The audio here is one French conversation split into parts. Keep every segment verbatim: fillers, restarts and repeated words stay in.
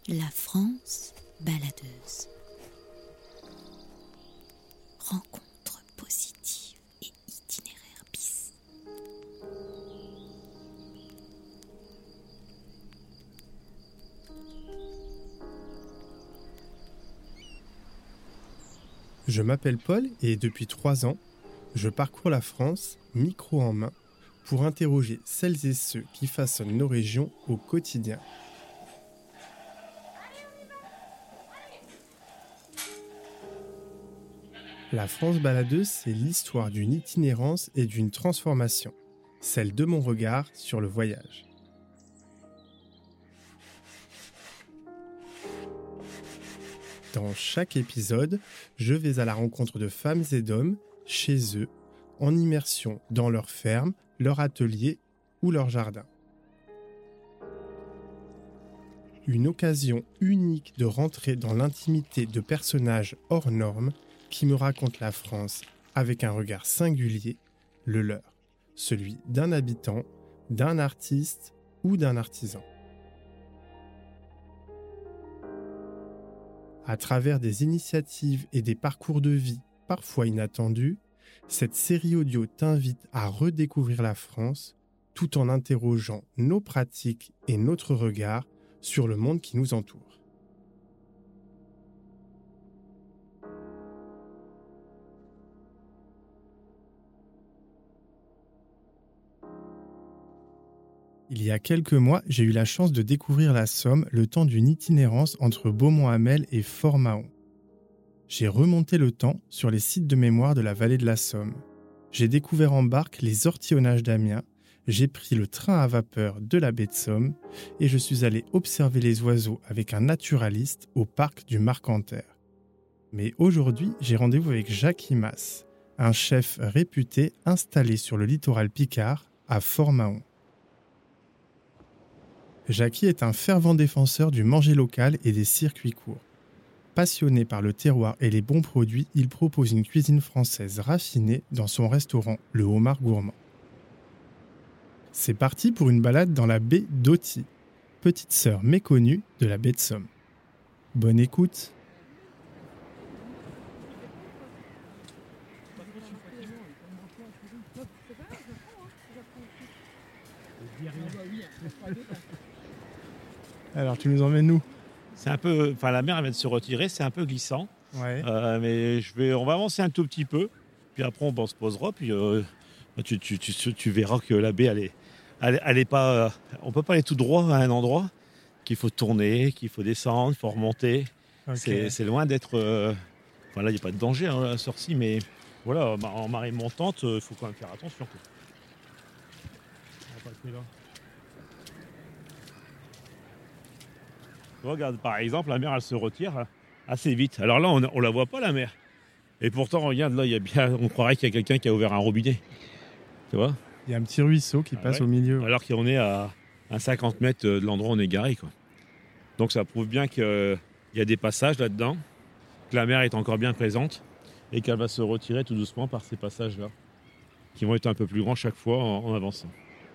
La France baladeuse. Rencontre positive et itinéraire bis. Je m'appelle Paul et depuis trois ans, je parcours la France, micro en main, pour interroger celles et ceux qui façonnent nos régions au quotidien. La France baladeuse, c'est l'histoire d'une itinérance et d'une transformation, celle de mon regard sur le voyage. Dans chaque épisode, je vais à la rencontre de femmes et d'hommes, chez eux, en immersion dans leur ferme, leur atelier ou leur jardin. Une occasion unique de rentrer dans l'intimité de personnages hors normes qui me racontent la France avec un regard singulier, le leur, celui d'un habitant, d'un artiste ou d'un artisan. À travers des initiatives et des parcours de vie parfois inattendus, cette série audio t'invite à redécouvrir la France tout en interrogeant nos pratiques et notre regard sur le monde qui nous entoure. Il y a quelques mois, j'ai eu la chance de découvrir la Somme le temps d'une itinérance entre Beaumont-Hamel et Fort-Mahon. J'ai remonté le temps sur les sites de mémoire de la vallée de la Somme. J'ai découvert en barque les ortillonnages d'Amiens, j'ai pris le train à vapeur de la baie de Somme et je suis allé observer les oiseaux avec un naturaliste au parc du Marcanterre. Mais aujourd'hui, j'ai rendez-vous avec Jacques Imaz, un chef réputé installé sur le littoral picard à Fort-Mahon. Jackie est un fervent défenseur du manger local et des circuits courts. Passionné par le terroir et les bons produits, il propose une cuisine française raffinée dans son restaurant Le Homard Gourmand. C'est parti pour une balade dans la baie d'Authie, petite sœur méconnue de la baie de Somme. Bonne écoute. Alors, tu nous emmènes où ? C'est un peu, enfin la mer elle vient de se retirer, c'est un peu glissant. Ouais. Euh, mais je vais, on va avancer un tout petit peu, puis après on, on se posera, puis euh, tu, tu, tu, tu verras que la baie elle est, elle, elle est pas, on peut pas aller tout droit à un endroit, qu'il faut tourner, qu'il faut descendre, il faut remonter. Okay. C'est, c'est loin d'être, euh, enfin là il n'y a pas de danger hein, à la sortie, mais voilà en marée montante, il faut quand même faire attention. Quoi. On va passer là. Regarde, par exemple, la mer, elle se retire assez vite. Alors là, on ne la voit pas, la mer. Et pourtant, regarde, là, il y a bien, on croirait qu'il y a quelqu'un qui a ouvert un robinet. Tu vois ? Il y a un petit ruisseau qui ah passe ouais. au milieu. Alors qu'on est à, à cinquante mètres de l'endroit où on est garé. Quoi. Donc ça prouve bien qu'il euh, y a des passages là-dedans, que la mer est encore bien présente et qu'elle va se retirer tout doucement par ces passages-là, qui vont être un peu plus grands chaque fois en, en avançant.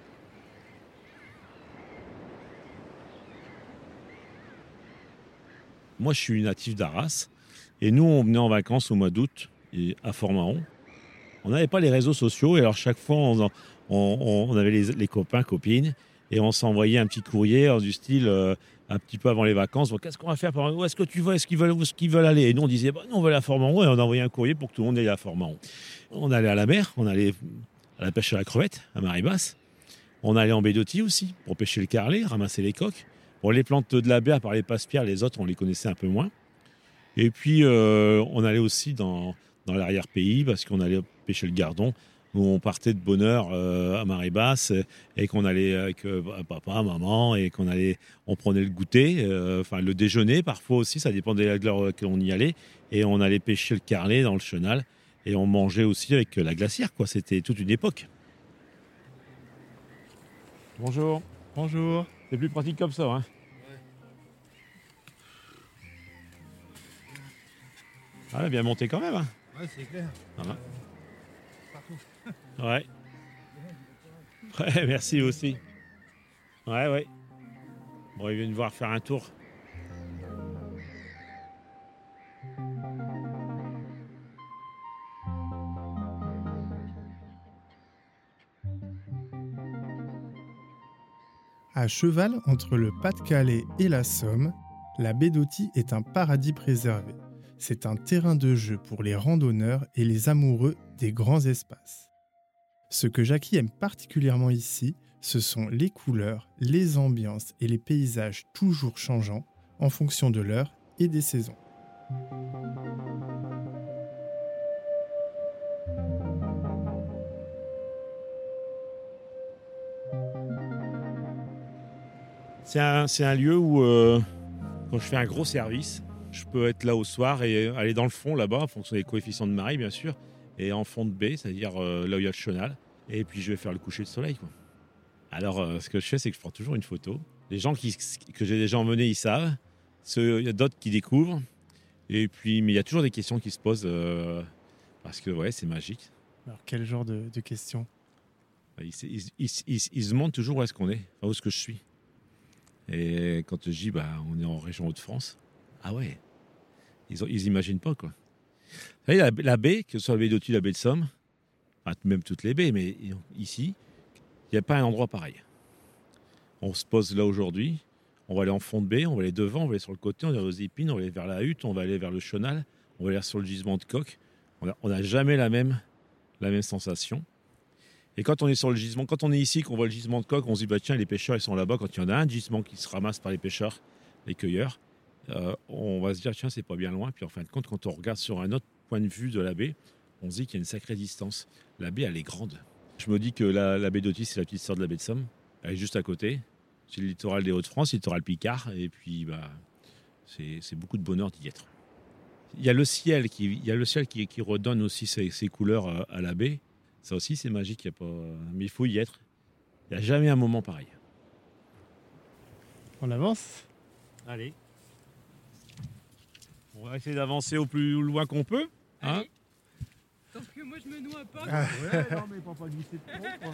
Moi, je suis natif d'Arras et nous, on venait en vacances au mois d'août à Fort-Mahon. On n'avait pas les réseaux sociaux et alors chaque fois, on, on, on avait les, les copains, copines et on s'envoyait un petit courrier du style euh, un petit peu avant les vacances. Bon, qu'est-ce qu'on va faire ? Où est-ce que tu vas ? Est-ce qu'ils veulent, où est-ce qu'ils veulent aller ? Et nous, on disait, bah, nous, on veut aller à Fort-Mahon et on envoyait un courrier pour que tout le monde aille à Fort-Mahon. On allait à la mer, on allait à la pêche à la crevette, à marée basse. On allait en baie d'Authie aussi pour pêcher le carlet, ramasser les coques. Bon, les plantes de la baie, à part les passe-pierres, les autres, on les connaissait un peu moins. Et puis, euh, on allait aussi dans, dans l'arrière-pays parce qu'on allait pêcher le gardon, où on partait de bonne heure euh, à marée basse et qu'on allait avec euh, papa, maman, et qu'on allait, on prenait le goûter, euh, enfin le déjeuner parfois aussi, ça dépendait de l'heure qu'on y allait, et on allait pêcher le carlet dans le chenal et on mangeait aussi avec la glacière, quoi. C'était toute une époque. Bonjour. Bonjour. C'est plus pratique comme ça, hein. Ouais. Ah, elle a bien monté quand même, hein. Ouais, c'est clair. Ah, euh, partout. Ouais. Ouais, merci aussi. Ouais, ouais. Bon, il vient de voir faire un tour. À cheval entre le Pas-de-Calais et la Somme, la baie d'Authie est un paradis préservé. C'est un terrain de jeu pour les randonneurs et les amoureux des grands espaces. Ce que Jackie aime particulièrement ici, ce sont les couleurs, les ambiances et les paysages toujours changeants en fonction de l'heure et des saisons. C'est un, c'est un lieu où, euh, quand je fais un gros service, je peux être là au soir et aller dans le fond là-bas, en fonction des coefficients de marée bien sûr, et en fond de baie, c'est-à-dire euh, là où il y a le chenal, et puis je vais faire le coucher de soleil, quoi. Alors euh, ce que je fais, c'est que je prends toujours une photo. Les gens qui, que j'ai déjà emmenés, ils savent. Ceux, il y a d'autres qui découvrent. Et puis, mais il y a toujours des questions qui se posent euh, parce que ouais, c'est magique. Alors quel genre de, de questions ? Ils, ils, ils, ils, ils se demandent toujours où est-ce qu'on est, enfin, où est-ce que je suis. Et quand je dis, bah, on est en région Hauts-de-France, ah ouais, ils n'imaginent pas, quoi. Vous savez, la, la baie, que ce soit la baie d'Authie, la baie de Somme, enfin, même toutes les baies, mais ici, il n'y a pas un endroit pareil. On se pose là aujourd'hui, on va aller en fond de baie, on va aller devant, on va aller sur le côté, on va aller aux épines, on va aller vers la hutte, on va aller vers le chenal, on va aller sur le gisement de coque. On n'a jamais la même, la même sensation. Et quand on est sur le gisement, quand on est ici, qu'on voit le gisement de coque, on se dit, bah, tiens, les pêcheurs, ils sont là-bas. Quand il y en a un gisement qui se ramasse par les pêcheurs, les cueilleurs, euh, on va se dire, tiens, c'est pas bien loin. Puis en fin de compte, quand on regarde sur un autre point de vue de la baie, on se dit qu'il y a une sacrée distance. La baie, elle est grande. Je me dis que la, la baie d'Authie, c'est la petite sœur de la baie de Somme. Elle est juste à côté. C'est le littoral des Hauts-de-France, le littoral Picard. Et puis, bah, c'est, c'est beaucoup de bonheur d'y être. Il y a le ciel qui, il y a le ciel qui, qui redonne aussi ses, ses couleurs à, à la baie. Ça aussi, c'est magique. Il y a pas... Mais il faut y être. Il n'y a jamais un moment pareil. On avance ? Allez. On va essayer d'avancer au plus loin qu'on peut. Hein ? Tant que moi je me noie pas. Ah. Ouais, non, mais pas pas glisser de trop, quoi.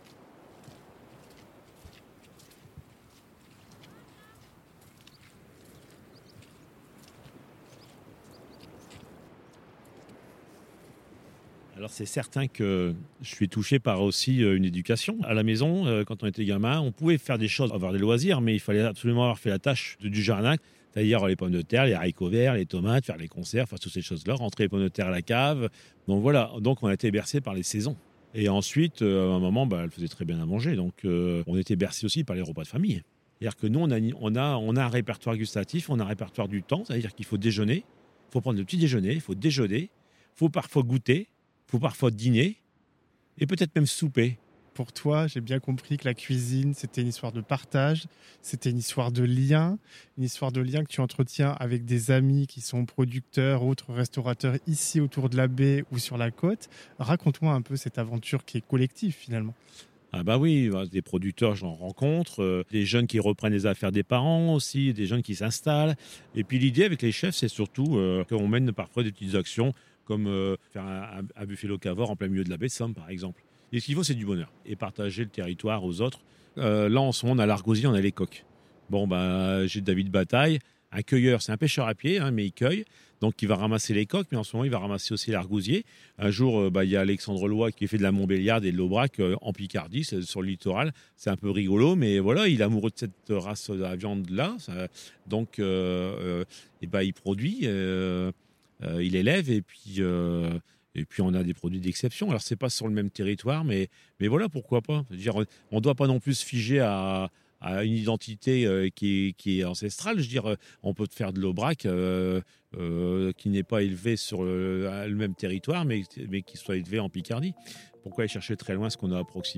Alors c'est certain que je suis touché par aussi une éducation. À la maison, quand on était gamin, on pouvait faire des choses, avoir des loisirs, mais il fallait absolument avoir fait la tâche du jardin, c'est-à-dire les pommes de terre, les haricots verts, les tomates, faire les conserves, faire toutes ces choses-là, rentrer les pommes de terre à la cave. Donc voilà, donc on a été bercé par les saisons. Et ensuite, à un moment, bah, elle faisait très bien à manger, donc euh, on était bercé aussi par les repas de famille. C'est-à-dire que nous, on a, on a, on a un répertoire gustatif, on a un répertoire du temps, c'est-à-dire qu'il faut déjeuner, il faut prendre le petit déjeuner, il faut déjeuner, il faut parfois goûter, il faut parfois dîner et peut-être même souper. Pour toi, j'ai bien compris que la cuisine, c'était une histoire de partage, c'était une histoire de lien, une histoire de lien que tu entretiens avec des amis qui sont producteurs, autres restaurateurs ici autour de la baie ou sur la côte. Raconte-moi un peu cette aventure qui est collective finalement. Ah bah oui, des producteurs, j'en rencontre, euh, des jeunes qui reprennent les affaires des parents aussi, des jeunes qui s'installent. Et puis l'idée avec les chefs, c'est surtout euh, qu'on mène parfois des petites actions comme euh, faire un, un buffet locavore en plein milieu de la baie de Somme, par exemple. Et ce qu'il faut, c'est du bonheur. Et partager le territoire aux autres. Euh, là, en ce moment, on a l'argousier, on a les coques. Bon, ben, j'ai David Bataille, un cueilleur, c'est un pêcheur à pied, hein, mais il cueille. Donc, il va ramasser les coques, mais en ce moment, il va ramasser aussi l'argousier. Un jour, euh, bah, il y a Alexandre Loy qui fait de la Montbéliarde et de l'Aubrac euh, en Picardie, c'est sur le littoral. C'est un peu rigolo, mais voilà, il est amoureux de cette race de la viande-là. Ça, donc, euh, euh, et bah, il produit... Euh, Euh, il élève et puis, euh, et puis on a des produits d'exception. Alors, ce n'est pas sur le même territoire, mais, mais voilà, pourquoi pas. C'est-à-dire, on ne doit pas non plus se figer à, à une identité euh, qui, est, qui est ancestrale. Je veux dire, on peut faire de l'Aubrac euh, euh, qui n'est pas élevé sur le, le même territoire, mais, mais qui soit élevé en Picardie. Pourquoi aller chercher très loin ce qu'on a à proximité ?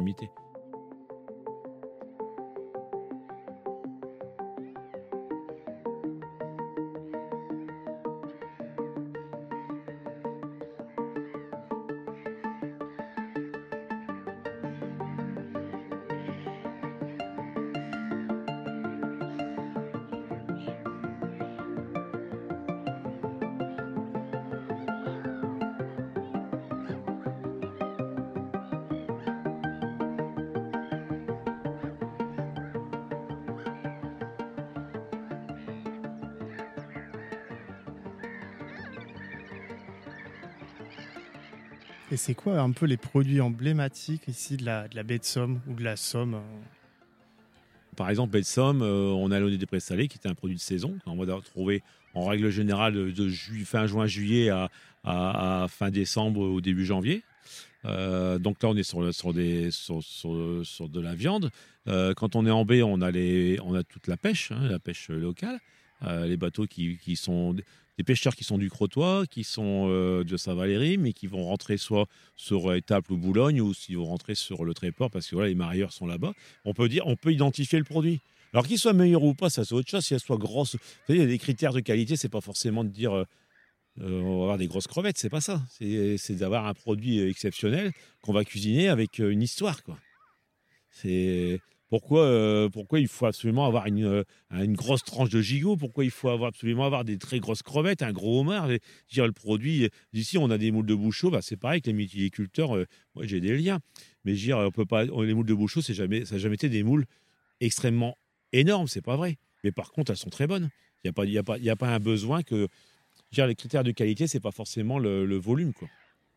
Et c'est quoi un peu les produits emblématiques ici de la, de la baie de Somme ou de la Somme ? Par exemple, baie de Somme, euh, on a l'eau des présalés qui était un produit de saison. On va retrouver en règle générale de, de ju- fin juin, juillet à, à, à fin décembre ou début janvier. Euh, donc là, on est sur, le, sur, des, sur, sur, sur de la viande. Euh, quand on est en baie, on a, les, on a toute la pêche, hein, la pêche locale. Euh, les bateaux qui, qui sont des pêcheurs qui sont du Crotoy, qui sont euh, de Saint-Valéry, mais qui vont rentrer soit sur Étaples ou Boulogne, ou s'ils vont rentrer sur le Tréport, parce que voilà, les mareyeurs sont là-bas. On peut dire, on peut identifier le produit. Alors qu'il soit meilleur ou pas, ça c'est autre chose. Si elle soit grosse, vous savez, il y a des critères de qualité. C'est pas forcément de dire euh, euh, on va avoir des grosses crevettes, c'est pas ça. C'est, c'est d'avoir un produit exceptionnel qu'on va cuisiner avec euh, une histoire, quoi. C'est pourquoi, euh, pourquoi il faut absolument avoir une, euh, une grosse tranche de gigot, pourquoi il faut avoir, absolument avoir des très grosses crevettes, un gros homard. Et, dire, le produit, ici on a des moules de bouchot, bah, c'est pareil que les mytiliculteurs, euh, moi j'ai des liens, mais dire, on peut pas, les moules de bouchot, c'est jamais, ça n'a jamais été des moules extrêmement énormes, c'est pas vrai. Mais par contre, elles sont très bonnes. Il n'y a, pas, y a, pas, y a pas un besoin que, dire, les critères de qualité, c'est pas forcément le, le volume, quoi.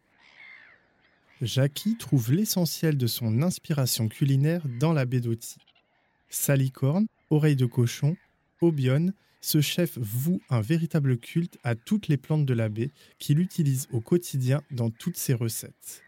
Jackie trouve l'essentiel de son inspiration culinaire dans la baie d'Authie. Salicorne, oreille de cochon, Obionne, ce chef voue un véritable culte à toutes les plantes de la baie qu'il utilise au quotidien dans toutes ses recettes.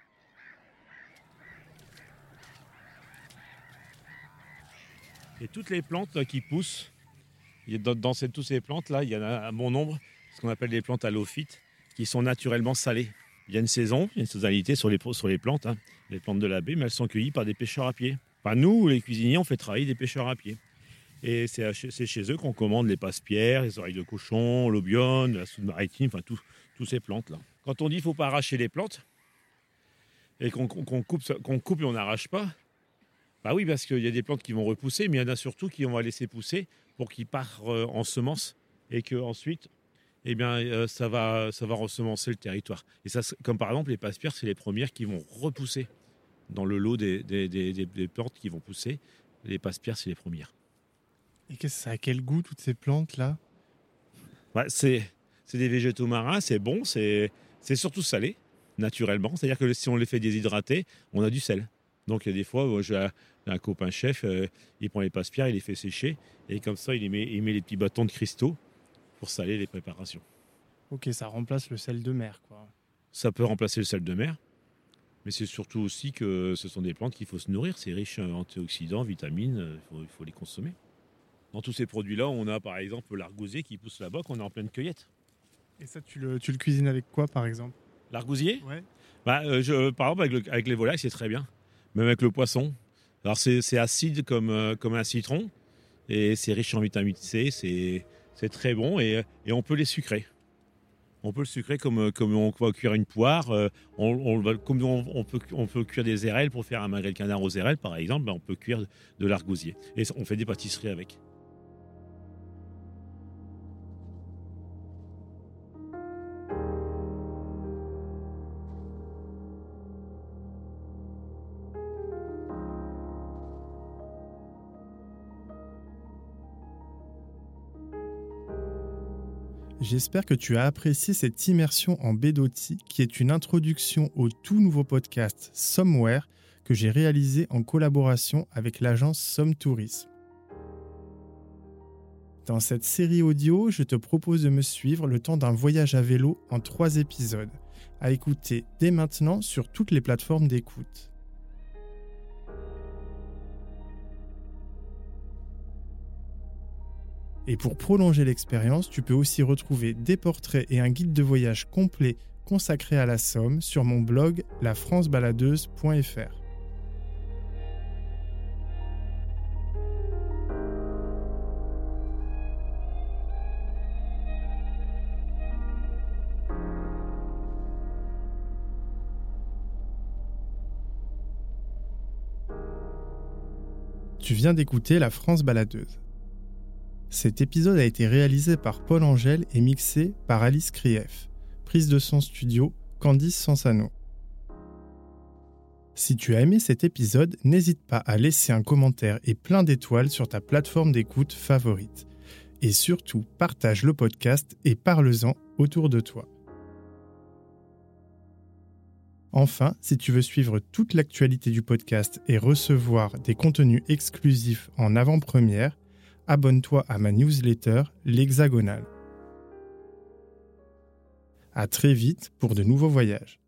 Et toutes les plantes là, qui poussent, dans, dans ces, toutes ces plantes-là, il y en a un bon nombre, ce qu'on appelle des plantes halophytes, qui sont naturellement salées. Il y a une saison, il y a une saisonnalité sur les, sur les plantes, hein, les plantes de la baie, mais elles sont cueillies par des pêcheurs à pied. Enfin, nous, les cuisiniers, on fait travailler des pêcheurs à pied. Et c'est, c'est chez eux qu'on commande les passe-pierres, les oreilles de cochon, l'Obionne, la soude maritime, enfin, tous ces plantes-là. Quand on dit qu'il ne faut pas arracher les plantes, et qu'on, qu'on, coupe, qu'on coupe et on n'arrache pas, bah oui, parce qu'il y a des plantes qui vont repousser, mais il y en a surtout qui vont laisser pousser pour qu'ils partent en semences et qu'ensuite, eh bien, euh, ça va, ça va ressemencer le territoire. Et ça, comme par exemple, les passe-pierres, c'est les premières qui vont repousser dans le lot des, des, des, des, des plantes qui vont pousser. Les passe-pierres, c'est les premières. Et qu'est-ce que ça a quel goût, toutes ces plantes-là ? Ouais, c'est, c'est des végétaux marins, c'est bon, c'est, c'est surtout salé, naturellement. C'est-à-dire que si on les fait déshydrater, on a du sel. Donc, il y a des fois, moi, j'ai un, un copain chef, euh, il prend les passe-pierres, il les fait sécher, et comme ça, il, les met, il met les petits bâtons de cristaux pour saler les préparations. Ok, ça remplace le sel de mer, quoi. Ça peut remplacer le sel de mer, mais c'est surtout aussi que ce sont des plantes qu'il faut se nourrir. C'est riche en antioxydants, vitamines, il faut, il faut les consommer. Dans tous ces produits-là, on a par exemple l'argousier qui pousse là-bas, qu'on est en pleine cueillette. Et ça, tu le, tu le cuisines avec quoi, par exemple ? L'argousier ? Ouais. Bah, euh, je, par exemple, avec, le, avec les volailles, c'est très bien. Même avec le poisson. Alors, c'est, c'est acide comme, euh, comme un citron, et c'est riche en vitamine C, c'est... C'est très bon et, et on peut les sucrer. On peut le sucrer comme, comme on va cuire une poire. On, on, va, comme on, on, peut, on peut cuire des érelles pour faire un magret de canard aux érelles, par exemple. Ben on peut cuire de l'argousier. Et on fait des pâtisseries avec. J'espère que tu as apprécié cette immersion en baie d'Authie qui est une introduction au tout nouveau podcast Somewhere que j'ai réalisé en collaboration avec l'agence Somme Tourisme. Dans cette série audio, je te propose de me suivre le temps d'un voyage à vélo en trois épisodes, à écouter dès maintenant sur toutes les plateformes d'écoute. Et pour prolonger l'expérience, tu peux aussi retrouver des portraits et un guide de voyage complet consacré à la Somme sur mon blog la france baladeuse point f r. Tu viens d'écouter La France baladeuse. Cet épisode a été réalisé par Paul Angèle et mixé par Alice Krief. Prise de son studio, Candice Sansano. Si tu as aimé cet épisode, n'hésite pas à laisser un commentaire et plein d'étoiles sur ta plateforme d'écoute favorite. Et surtout, partage le podcast et parle-en autour de toi. Enfin, si tu veux suivre toute l'actualité du podcast et recevoir des contenus exclusifs en avant-première, abonne-toi à ma newsletter, l'Hexagonale. À très vite pour de nouveaux voyages.